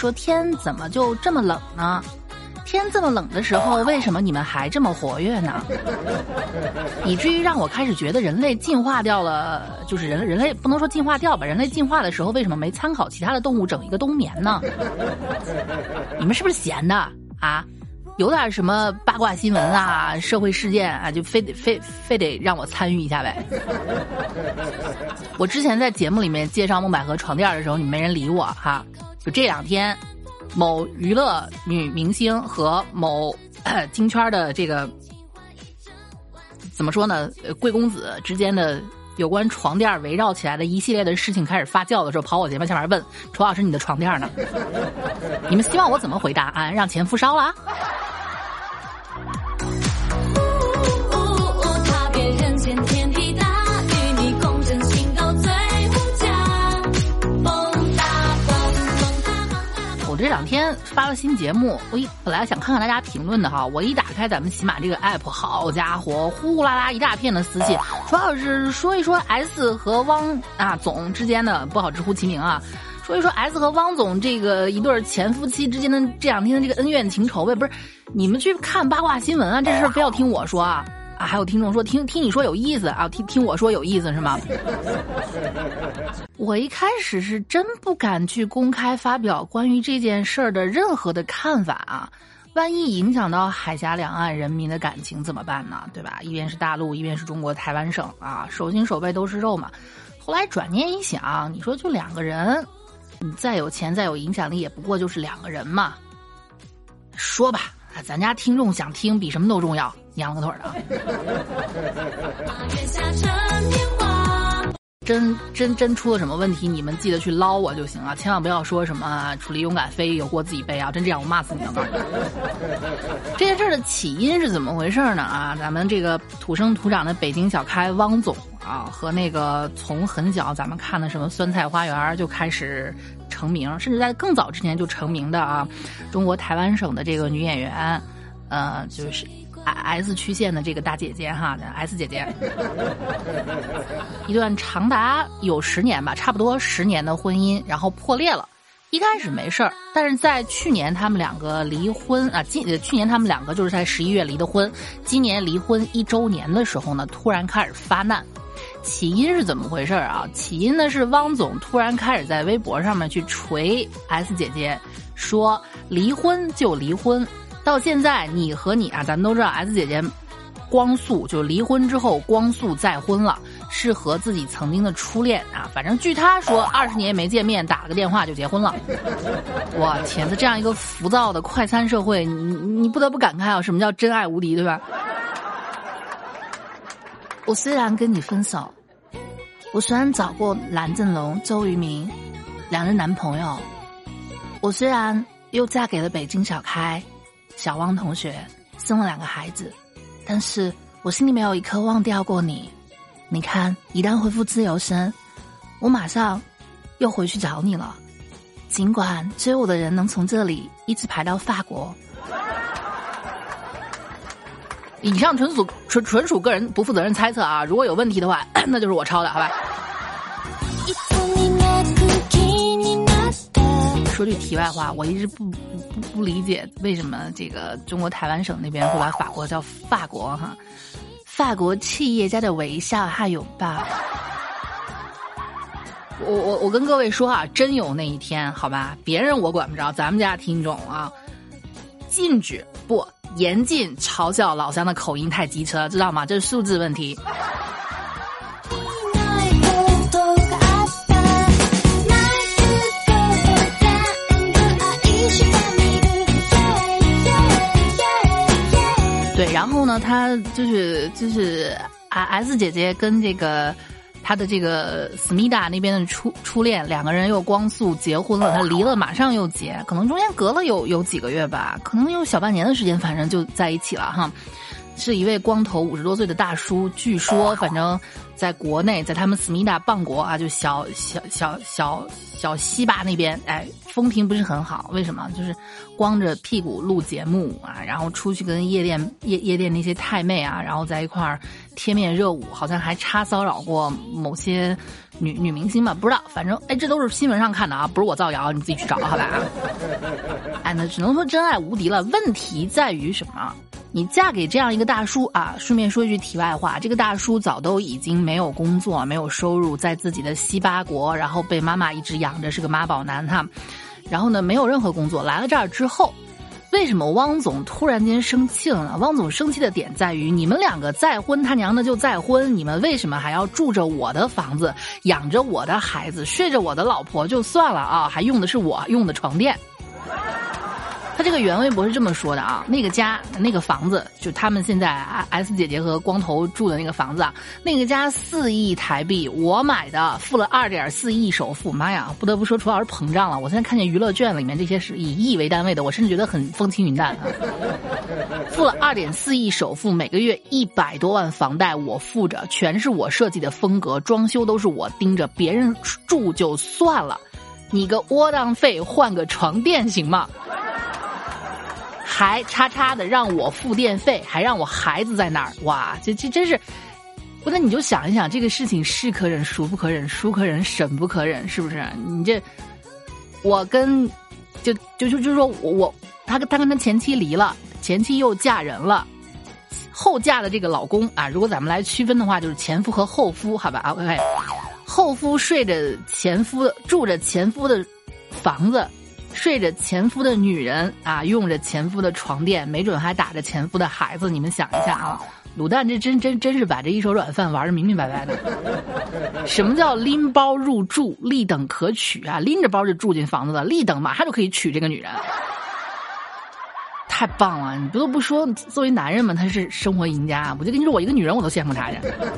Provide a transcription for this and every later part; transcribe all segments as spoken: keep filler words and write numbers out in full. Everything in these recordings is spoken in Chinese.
说天怎么就这么冷呢？天这么冷的时候，为什么你们还这么活跃呢？以至于让我开始觉得人类进化掉了，就是人人类不能说进化掉吧，人类进化的时候为什么没参考其他的动物整一个冬眠呢？你们是不是闲的啊？有点什么八卦新闻啊、社会事件啊，就非得非非得让我参与一下呗。我之前在节目里面介绍梦百合床垫的时候，你没人理我哈。就这两天，某娱乐女明星和某京圈的这个怎么说呢，贵公子之间的有关床垫围绕起来的一系列的事情开始发酵的时候，跑我节目下面问楚老师你的床垫呢？你们希望我怎么回答啊？让前夫烧了？我这两天发了新节目，我一本来想看看大家评论的哈，我一打开咱们喜马这个 app， 好家伙，呼啦啦一大片的私信，主要是说一说 S 和汪啊总之间的不好直呼其名啊，说一说 S 和汪总这个一对前夫妻之间的这两天的这个恩怨情仇呗，不是你们去看八卦新闻啊，这事非要听我说啊。啊，还有听众说听听你说有意思啊，听听我说有意思是吗？我一开始是真不敢去公开发表关于这件事儿的任何的看法啊，万一影响到海峡两岸人民的感情怎么办呢？对吧？一边是大陆，一边是中国台湾省啊，手心手背都是肉嘛。后来转念一想，你说就两个人，你再有钱再有影响力，也不过就是两个人嘛。说吧，咱家听众想听比什么都重要。娘了个腿的，真真真出了什么问题，你们记得去捞我就行了，千万不要说什么楚离勇敢飞有锅自己背啊！真这样我骂死你了！这件事的起因是怎么回事呢？啊，咱们这个土生土长的北京小开汪总啊，和那个从很小咱们看的什么酸菜花园就开始成名，甚至在更早之前就成名的啊，中国台湾省的这个女演员，呃，就是。S 曲线的这个大姐姐哈 ，S 姐姐，一段长达有十年吧，差不多十年的婚姻，然后破裂了。一开始没事儿，但是在去年他们两个离婚啊，今去年他们两个就是在十一月离的婚，今年离婚一周年的时候呢，突然开始发难。起因是怎么回事啊？起因呢是汪总突然开始在微博上面去锤 S 姐姐，说离婚就离婚。到现在你和你啊，咱们都知道 S 姐姐光速就离婚之后光速再婚了，是和自己曾经的初恋啊，反正据她说二十年没见面，打了个电话就结婚了。我天，在这样一个浮躁的快餐社会，你你不得不感慨啊，什么叫真爱无敌，对吧？我虽然跟你分手，我虽然找过蓝正龙、周渝民两人男朋友，我虽然又嫁给了北京小开小汪同学，生了两个孩子，但是我心里没有一刻忘掉过你。你看，一旦恢复自由身，我马上又回去找你了。尽管追我的人能从这里一直排到法国。以上纯属纯纯属个人不负责任猜测啊，如果有问题的话，那就是我抄的，好吧？说句题外话，我一直不不不不理解为什么这个中国台湾省那边会把法国叫法国哈，法国企业家的微笑和拥抱。我我我跟各位说啊，真有那一天，好吧，别人我管不着，咱们家听众啊，禁止不严禁嘲笑老乡的口音太机车，知道吗？这是素质问题。对，然后呢，他就是就是啊 S 姐姐跟这个他的这个思密达那边的初初恋，两个人又光速结婚了，他离了马上又结，可能中间隔了有有几个月吧，可能有小半年的时间，反正就在一起了哈。 是一位光头五十多岁的大叔，据说反正在国内，在他们思密达邦国啊，就小小小小小西巴那边，哎，风评不是很好。为什么？就是光着屁股录节目啊，然后出去跟夜店夜夜店那些太妹啊，然后在一块儿贴面热舞，好像还插骚扰过某些女女明星吧，不知道，反正哎，这都是新闻上看的啊，不是我造谣，你自己去找好吧。哎，那只能说真爱无敌了。问题在于什么？你嫁给这样一个大叔啊，顺便说一句题外话，这个大叔早都已经没有工作，没有收入，在自己的西巴国，然后被妈妈一直养着，是个妈宝男哈。然后呢，没有任何工作，来了这儿之后，为什么汪总突然间生气了呢？汪总生气的点在于，你们两个再婚他娘的就再婚，你们为什么还要住着我的房子，养着我的孩子，睡着我的老婆就算了啊，还用的是我用的床垫。他这个原微博是这么说的啊，那个家那个房子，就他们现在 S 姐姐和光头住的那个房子啊，那个家四亿台币，我买的，付了二点四亿首付。妈呀，不得不说，楚老师膨胀了。我现在看见娱乐券里面这些是以亿为单位的，我甚至觉得很风轻云淡。付了二点四亿首付，每个月一百多万房贷我付着，全是我设计的风格，装修都是我盯着，别人住就算了，你个窝囊废，换个床垫行吗？还叉叉的让我付电费，还让我孩子在那儿，哇，这这真是，不那你就想一想，这个事情是可忍孰不可忍，孰可忍审不可忍，是不是？你这，我跟，就就就就是说我我他跟他跟他前妻离了，前妻又嫁人了，后嫁的这个老公啊，如果咱们来区分的话，就是前夫和后夫，好吧 ？OK， 后夫睡着前夫的，住着前夫的房子。睡着前夫的女人啊，用着前夫的床垫，没准还打着前夫的孩子。你们想一下啊，卤蛋这真真真是把这一手软饭玩得明明白白的。什么叫拎包入住，立等可娶啊？拎着包就住进房子了，立等马上就可以娶这个女人。太棒了！你不得不说，作为男人们他是生活赢家。我就跟你说，我一个女人我都羡慕他去。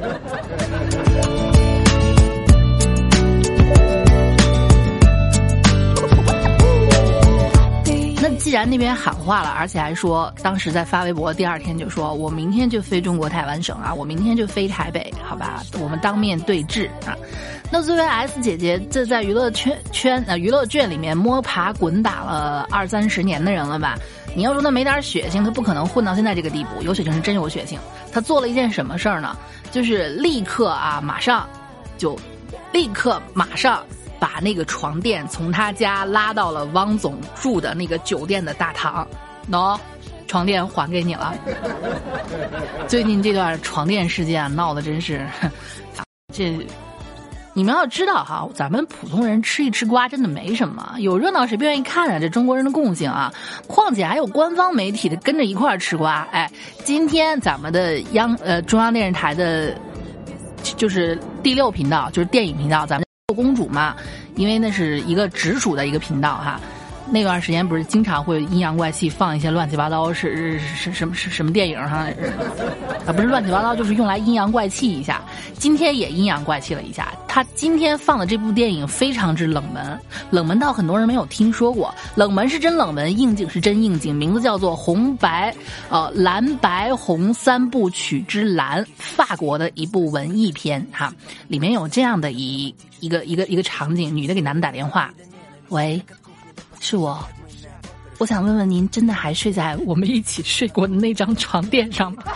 那既然那边喊话了，而且还说当时在发微博第二天就说我明天就飞中国台湾省啊，我明天就飞台北，好吧，我们当面对质啊。那作为 S 姐姐，这在娱乐圈圈啊、呃、娱乐圈里面摸爬滚打了二三十年的人了吧？你要说他没点血性，他不可能混到现在这个地步。有血性是真有血性。他做了一件什么事儿呢？就是立刻啊，马上就立刻马上。把那个床垫从他家拉到了汪总住的那个酒店的大堂，喏，床垫还给你了。最近这段床垫事件闹得真是，这你们要知道哈，咱们普通人吃一吃瓜真的没什么，有热闹谁不愿意看啊？这中国人的共性啊，况且还有官方媒体的跟着一块儿吃瓜。哎，今天咱们的央呃中央电视台的，就是第六频道，就是电影频道，咱们。公主嘛，因为那是一个直属的一个频道哈，那段时间不是经常会阴阳怪气放一些乱七八糟是是是什么是什么电影哈，啊不是乱七八糟，就是用来阴阳怪气一下。今天也阴阳怪气了一下，他今天放的这部电影非常之冷门，冷门到很多人没有听说过，冷门是真冷门，应景是真应景，名字叫做红白呃蓝白红三部曲之蓝，法国的一部文艺片哈，里面有这样的一一个一个一个场景，女的给男的打电话，喂。是我，我想问问您，真的还睡在我们一起睡过的那张床垫上吗？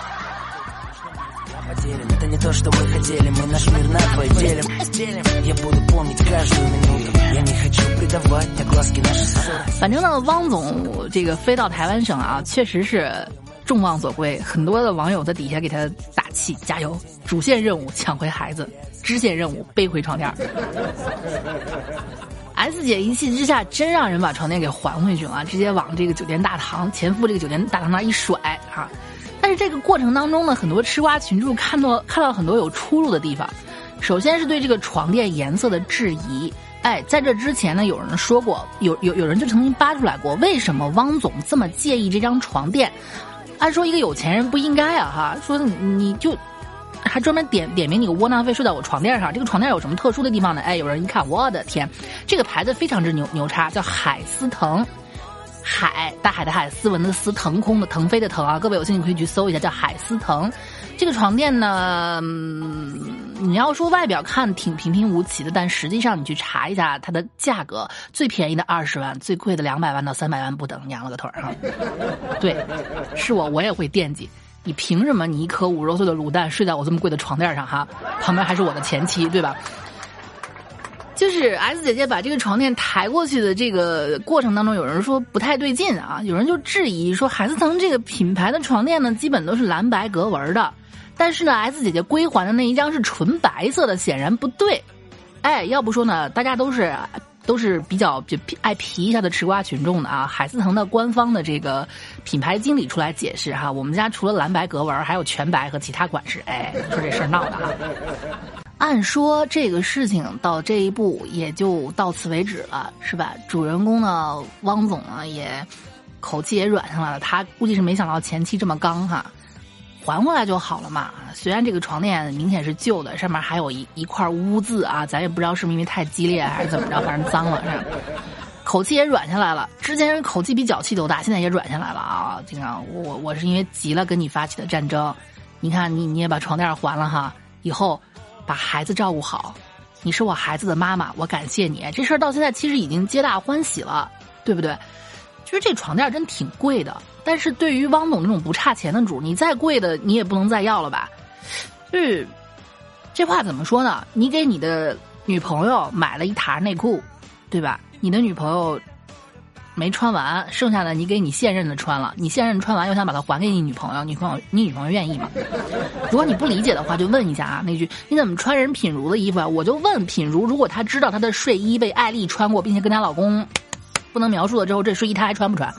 反正呢，汪总这个飞到台湾省啊，确实是众望所归，很多的网友在底下给他打气，加油！主线任务抢回孩子，支线任务背回床垫。S 姐一气之下，真让人把床垫给还回去了，直接往这个酒店大堂前夫这个酒店大堂那一甩啊！但是这个过程当中呢，很多吃瓜群众看到看到很多有出入的地方。首先是对这个床垫颜色的质疑。哎，在这之前呢，有人说过，有有有人就曾经扒出来过，为什么汪总这么介意这张床垫？按说一个有钱人不应该啊哈，说你你就。还专门点点名你个窝囊废睡在我床垫上，这个床垫有什么特殊的地方呢？哎，有人一看，我的天，这个牌子非常之牛牛叉，叫海思腾。 海，大海的海，斯文的斯，腾空的腾飞的腾啊，各位有兴趣可以去搜一下，叫海思腾。这个床垫呢，嗯，你要说外表看挺平平无奇的，但实际上你去查一下它的价格，最便宜的二十万，最贵的两百万到三百万不等，娘了个腿儿哈！对，是我，我也会惦记。你凭什么你一颗五十多岁的卤蛋睡在我这么贵的床垫上哈？旁边还是我的前妻，对吧？就是 S 姐姐把这个床垫抬过去的这个过程当中，有人说不太对劲啊，有人就质疑说海思腾这个品牌的床垫呢，基本都是蓝白格纹的。但是呢 ，S 姐姐归还的那一张是纯白色的，显然不对。哎，要不说呢，大家都是都是比较就爱皮一下的吃瓜群众的啊。海思腾的官方的这个品牌经理出来解释哈，我们家除了蓝白格纹，还有全白和其他款式。哎，你说这事儿闹的哈。按说这个事情到这一步也就到此为止了，是吧？主人公呢，汪总呢也口气也软下来了，他估计是没想到前期这么刚哈。还回来就好了嘛。虽然这个床垫明显是旧的，上面还有一一块污渍啊，咱也不知道是不是因为太激烈还是怎么着，反正脏了是吧。口气也软下来了，之前口气比脚气都大，现在也软下来了啊！经常我我是因为急了跟你发起的战争，你看你你也把床垫还了哈，以后把孩子照顾好，你是我孩子的妈妈，我感谢你。这事儿到现在其实已经皆大欢喜了，对不对？就是这床垫真挺贵的。但是对于汪总这种不差钱的主，你再贵的你也不能再要了吧？就是这话怎么说呢？你给你的女朋友买了一沓内裤，对吧？你的女朋友没穿完，剩下的你给你现任的穿了，你现任穿完又想把它还给你女朋友，女朋友你女朋友愿意吗？如果你不理解的话，就问一下啊，那句你怎么穿人品如的衣服啊？我就问品如，如果她知道她的睡衣被艾丽穿过，并且跟她老公不能描述了之后，这睡衣她还穿不穿？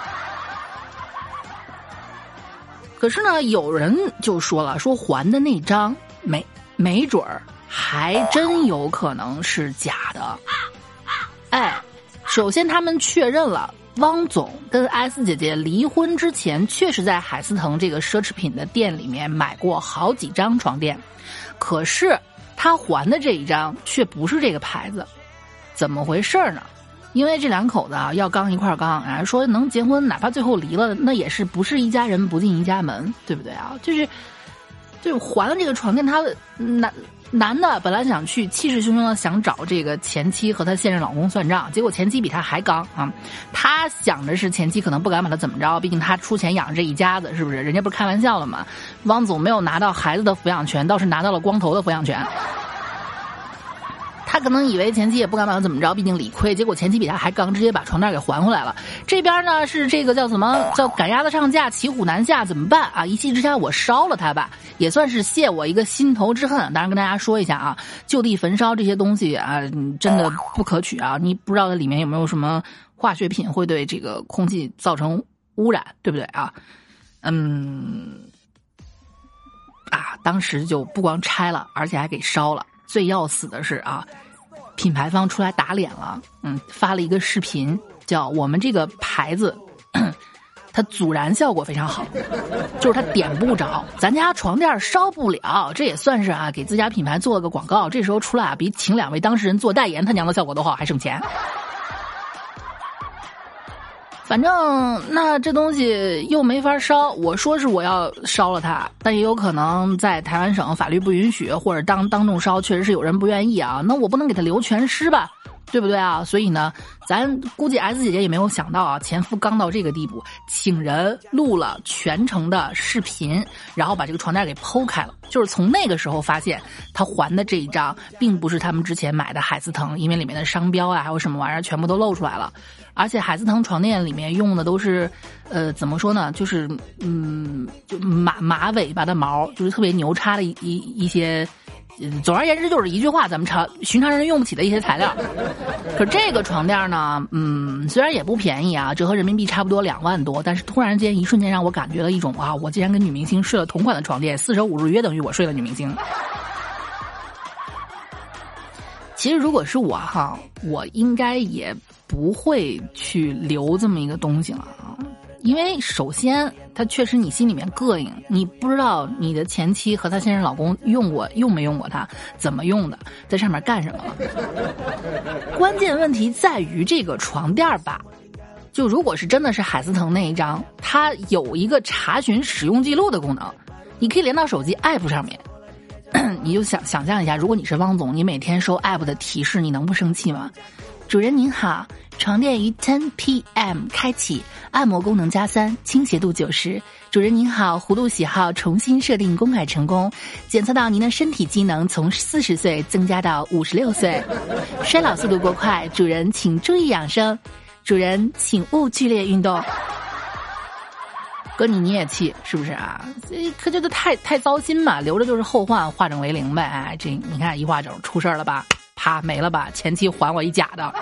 可是呢，有人就说了，说还的那张没没准儿还真有可能是假的。哎，首先他们确认了，汪总跟 S 姐姐离婚之前，确实在海思腾这个奢侈品的店里面买过好几张床垫，可是他还的这一张却不是这个牌子，怎么回事呢？因为这两口子啊，要刚一块刚，啊，说能结婚，哪怕最后离了，那也是不是一家人不进一家门，对不对啊？就是，就是还了这个床垫，他男男的本来想去气势汹汹的想找这个前妻和他现任老公算账，结果前妻比他还刚啊！他想的是前妻可能不敢把他怎么着，毕竟他出钱养这一家子，是不是？人家不是开玩笑的嘛？汪总没有拿到孩子的抚养权，倒是拿到了光头的抚养权。他可能以为前妻也不敢把他怎么着，毕竟理亏，结果前妻比他还刚，直接把床垫给还回来了。这边呢是这个叫什么叫赶鸭子上架，骑虎难下，怎么办啊？一气之下我烧了他吧，也算是泄我一个心头之恨。当然跟大家说一下啊，就地焚烧这些东西啊，真的不可取啊！你不知道它里面有没有什么化学品会对这个空气造成污染，对不对啊？嗯，啊，当时就不光拆了，而且还给烧了。最要死的是啊，品牌方出来打脸了，嗯，发了一个视频，叫我们这个牌子，它阻燃效果非常好，就是它点不着，咱家床垫烧不了，这也算是啊给自家品牌做了个广告。这时候出来啊，比请两位当事人做代言，他娘的效果都好，还省钱。反正那这东西又没法烧，我说是我要烧了它，但也有可能在台湾省法律不允许，或者当当众烧确实是有人不愿意啊，那我不能给他留全尸吧，对不对啊？所以呢，咱估计 S 姐姐也没有想到啊，前夫刚到这个地步，请人录了全程的视频，然后把这个床垫给剖开了，就是从那个时候发现他还的这一张并不是他们之前买的海思腾，因为里面的商标啊还有什么玩意儿全部都露出来了。而且海思腾床垫里面用的都是，呃，怎么说呢？就是嗯，就马马尾巴的毛，就是特别牛叉的一一一些。总而言之，就是一句话，咱们常寻常人用不起的一些材料。可这个床垫呢，嗯，虽然也不便宜啊，折合人民币差不多两万多，但是突然间一瞬间让我感觉了一种啊，我竟然跟女明星睡了同款的床垫，四舍五入约等于我睡了女明星。其实如果是我哈，我应该也不会去留这么一个东西了啊，因为首先它确实你心里面膈应，你不知道你的前妻和她现任老公用过用没用过它，怎么用的，在上面干什么了。关键问题在于这个床垫吧， 就如果是真的是海思腾那一张，它有一个查询使用记录的功能，你可以连到手机 app 上面。你就想想象一下，如果你是汪总，你每天收 app 的提示，你能不生气吗？主人您好，床垫于 ten p m 开启，按摩功能加三，倾斜度九十。主人您好，弧度喜好重新设定公改成功，检测到您的身体机能从四十岁增加到五十六岁，衰老速度过快，主人请注意养生，主人请勿剧烈运动。哥你你也气是不是啊？这可就是太太糟心嘛，留着就是后患，化整为零呗。哎，这你看一化整出事了吧，啪没了吧，前妻还我一假的。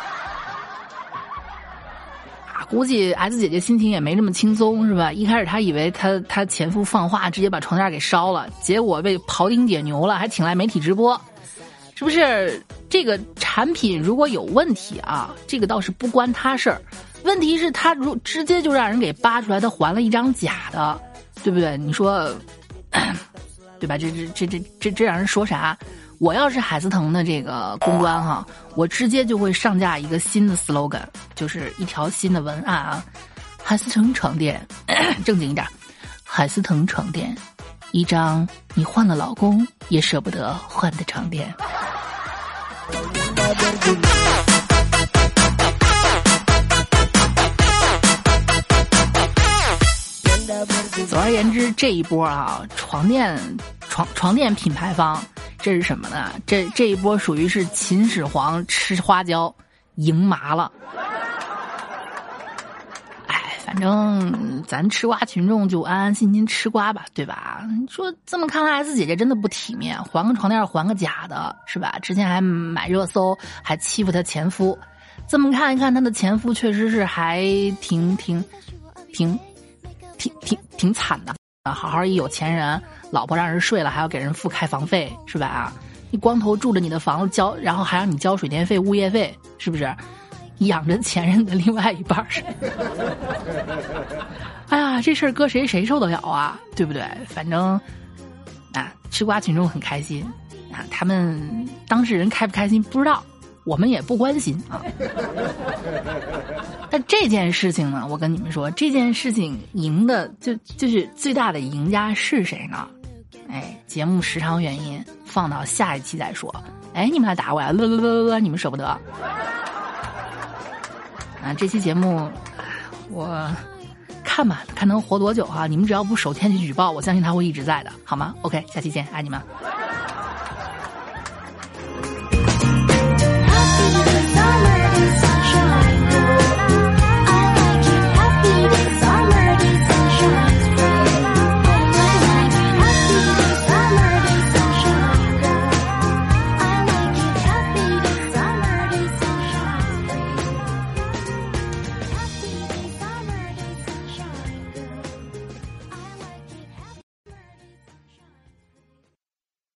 啊，估计 S 姐姐心情也没这么轻松是吧？一开始她以为她她前夫放话直接把床垫给烧了，结果被庖丁解牛了，还请来媒体直播。是不是这个产品如果有问题啊，这个倒是不关他事儿。问题是他如直接就让人给扒出来，他还了一张假的，对不对？你说，对吧？这这这这这这让人说啥？我要是海思腾的这个公关哈，我直接就会上架一个新的 slogan， 就是一条新的文案啊。海思腾床垫，正经一点，海思腾床垫，一张你换了老公也舍不得换的床垫。总而言之，这一波啊，床垫床床垫品牌方，这是什么呢？这这一波属于是秦始皇吃花椒赢麻了。哎，反正咱吃瓜群众就安安心心吃瓜吧，对吧？你说这么看来 ，S 姐姐真的不体面，还个床垫还个假的，是吧？之前还买热搜，还欺负她前夫。这么看一看，她的前夫确实是还挺挺挺。挺挺挺惨的啊！好好一有钱人，老婆让人睡了还要给人付开房费，是吧？啊，你光头住着你的房子交，然后还让你交水电费、物业费，是不是？养着前任的另外一半是。哎呀，这事儿搁谁谁受得了啊？对不对？反正啊，吃瓜群众很开心啊，他们当事人开不开心不知道。我们也不关心啊，但这件事情呢，我跟你们说，这件事情赢的就就是最大的赢家是谁呢？哎，节目时长原因，放到下一期再说。哎，你们来打我呀，乐乐乐乐，你们舍不得啊？这期节目我看吧，看能活多久哈、啊？你们只要不首先去举报，我相信他会一直在的，好吗 ？OK， 下期见，爱你们。